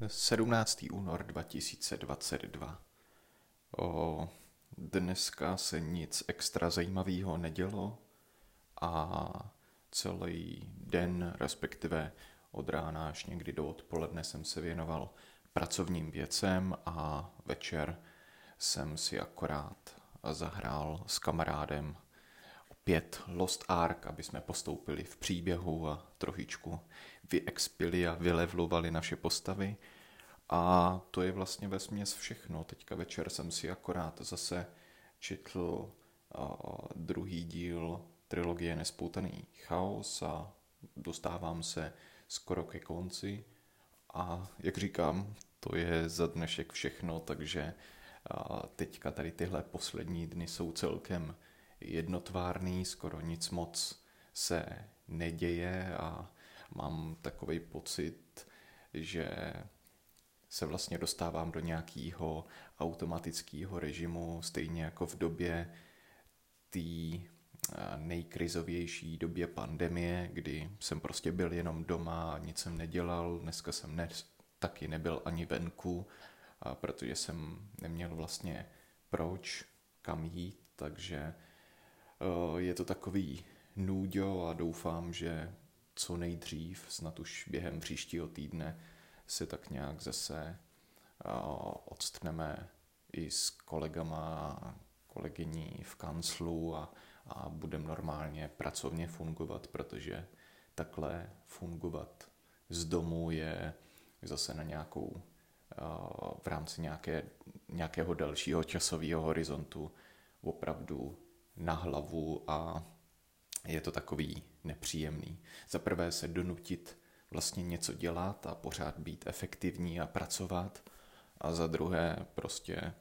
17. únor 2022. Dneska se nic extra zajímavého nedělo a celý den, respektive od rána až někdy do odpoledne jsem se věnoval pracovním věcem a večer jsem si akorát zahrál s kamarádem opět Lost Ark, aby jsme postoupili v příběhu a trošičku vyexpili a vylevlovali naše postavy. A to je vlastně vesměs všechno. Teďka večer jsem si akorát zase četl druhý díl trilogie Nespoutaný chaos a dostávám se skoro ke konci. A jak říkám, to je za dnešek všechno, takže teďka tady tyhle poslední dny jsou celkem jednotvárný, skoro nic moc se neděje a mám takový pocit, že se vlastně dostávám do nějakého automatického režimu, stejně jako v době té nejkrizovější době pandemie, kdy jsem prostě byl jenom doma a nic jsem nedělal. Dneska jsem taky nebyl ani venku, protože jsem neměl vlastně proč, kam jít, takže je to takový nůďo a doufám, že co nejdřív, snad už během příštího týdne, se tak nějak zase odstneme i s kolegama a kolegyní v kanclu a budeme normálně pracovně fungovat, protože takhle fungovat z domu je zase na nějakou, v rámci nějakého dalšího časového horizontu opravdu na hlavu a je to takový nepříjemný. Za prvé se donutit vlastně něco dělat a pořád být efektivní a pracovat a za druhé prostě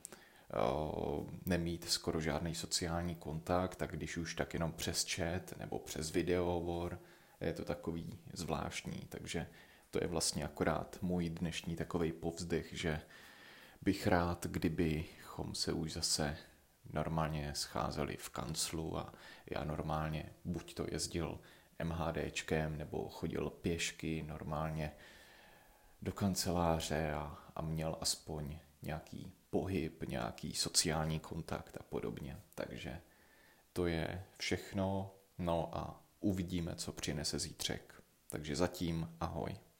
nemít skoro žádný sociální kontakt a když už tak jenom přes chat nebo přes videohovor, je to takový zvláštní, takže to je vlastně akorát můj dnešní takovej povzdech, že bych rád, kdybychom se už zase normálně scházeli v kanclu a já normálně buď to jezdil MHDčkem nebo chodil pěšky normálně do kanceláře a měl aspoň nějaký pohyb, nějaký sociální kontakt a podobně. Takže to je všechno, no a uvidíme, co přinese zítřek. Takže zatím ahoj.